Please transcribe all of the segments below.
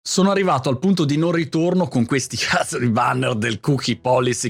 Sono arrivato al punto di non ritorno con questi cazzo di banner del cookie policy.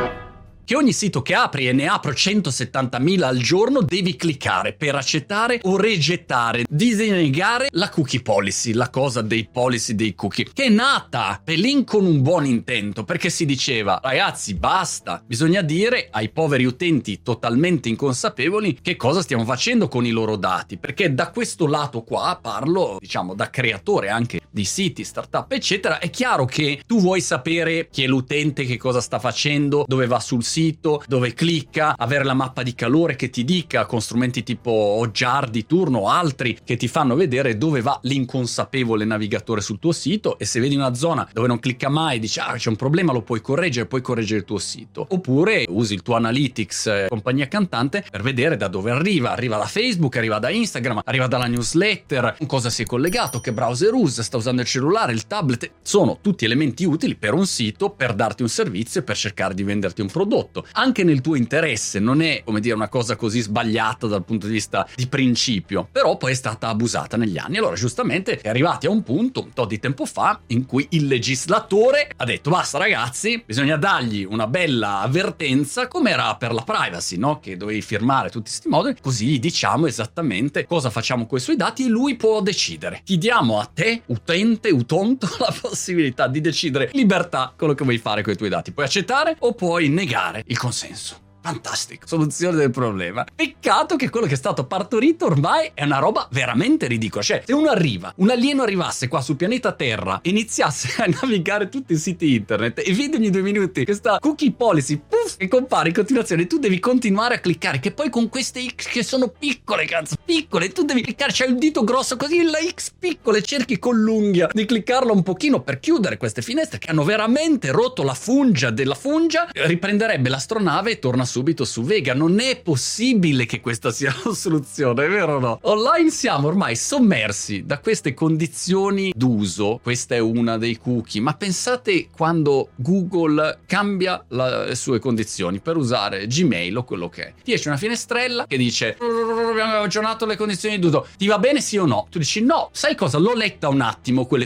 Che ogni sito che apri, e ne apro 170.000 al giorno, devi cliccare per accettare o rigettare, disnegare la cookie policy, la cosa dei policy dei cookie, che è nata per lì con un buon intento, perché si diceva: ragazzi, basta, bisogna dire ai poveri utenti totalmente inconsapevoli che cosa stiamo facendo con i loro dati, perché da questo lato qua parlo, diciamo, da creatore anche di siti, startup, eccetera. È chiaro che tu vuoi sapere chi è l'utente, che cosa sta facendo, dove va sul sito, dove clicca, avere la mappa di calore che ti dica, con strumenti tipo Hotjar di turno o altri che ti fanno vedere dove va l'inconsapevole navigatore sul tuo sito, e se vedi una zona dove non clicca mai, dici c'è un problema, lo puoi correggere il tuo sito. Oppure usi il tuo Analytics compagnia cantante per vedere da dove arriva da Facebook, arriva da Instagram, arriva dalla newsletter, con cosa si è collegato, che browser usa, sta usando il cellulare, il tablet. Sono tutti elementi utili per un sito, per darti un servizio e per cercare di venderti un prodotto anche nel tuo interesse. Non è, come dire, una cosa così sbagliata dal punto di vista di principio, però poi è stata abusata negli anni. Allora giustamente è arrivati a un punto un po' di tempo fa in cui il legislatore ha detto: basta ragazzi, bisogna dargli una bella avvertenza, come era per la privacy, no? Che dovevi firmare tutti questi modi, così gli diciamo esattamente cosa facciamo con i suoi dati e lui può decidere. Ti diamo a te, utente, utonto, la possibilità di decidere libertà quello che vuoi fare con i tuoi dati. Puoi accettare o puoi negare il consenso. Fantastico, soluzione del problema. Peccato che quello che è stato partorito ormai è una roba veramente ridicola. Cioè, se un alieno arrivasse qua sul pianeta Terra e iniziasse a navigare tutti i siti internet e vede ogni 2 minuti questa cookie policy, puff, e compare in continuazione, tu devi continuare a cliccare, che poi con queste X che sono piccole, cazzo, piccole, tu devi cliccare, c'hai il dito grosso così, la X piccola, e cerchi con l'unghia di cliccarla un pochino per chiudere queste finestre che hanno veramente rotto la fungia della fungia. Riprenderebbe l'astronave e torna subito su Vega. Non è possibile che questa sia la soluzione, è vero o no? Online siamo ormai sommersi da queste condizioni d'uso. Questa è una dei cookie, ma pensate quando Google cambia le sue condizioni per usare Gmail o quello che è. Ti esce una finestrella che dice: abbiamo aggiornato le condizioni d'uso, ti va bene sì o no? Tu dici no, sai cosa? L'ho letta un attimo quelle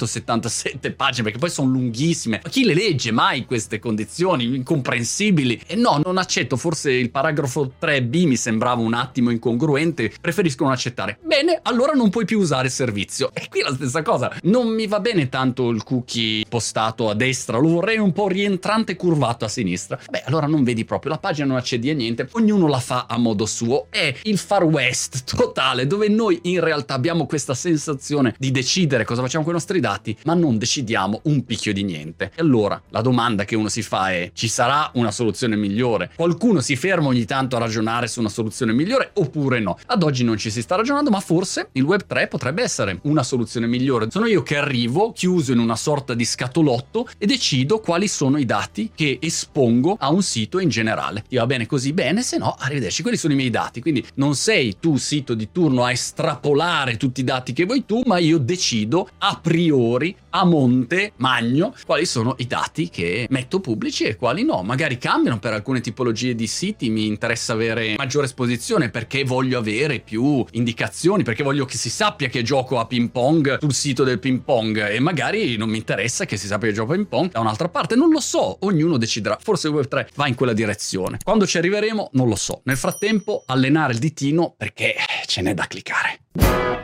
377 pagine, perché poi sono lunghissime, ma chi le legge mai queste condizioni incomprensibili? E no, non accetto. Forse il paragrafo 3b mi sembrava un attimo incongruente, preferisco non accettare. Bene, allora non puoi più usare il servizio. E qui la stessa cosa, non mi va bene tanto il cookie postato a destra, lo vorrei un po' rientrante curvato a sinistra. Beh, allora non vedi proprio la pagina, non accedi a niente, ognuno la fa a modo suo. È il Far West totale, dove noi in realtà abbiamo questa sensazione di decidere cosa facciamo con i nostri dati, ma non decidiamo un picchio di niente. E allora la domanda che uno si fa è: ci sarà una soluzione migliore? Qualcuno si ferma ogni tanto a ragionare su una soluzione migliore oppure no? Ad oggi non ci si sta ragionando, ma forse il Web 3 potrebbe essere una soluzione migliore. Sono io che arrivo chiuso in una sorta di scatolotto e decido quali sono i dati che espongo a un sito in generale. Ti va bene così? Bene, se no arrivederci, quelli sono i miei dati. Quindi non sei tu, sito di turno, a estrapolare tutti i dati che vuoi tu, ma io decido a priori, a monte magno, quali sono i dati che metto pubblici e quali no. Magari cambiano per alcune tipologie di siti, mi interessa avere maggiore esposizione perché voglio avere più indicazioni, perché voglio che si sappia che gioco a ping pong sul sito del ping pong, e magari non mi interessa che si sappia che gioco a ping pong da un'altra parte. Non lo so, ognuno deciderà. Forse il Web3 va in quella direzione. Quando ci arriveremo non lo so. Nel frattempo allenare il ditino, perché ce n'è da cliccare.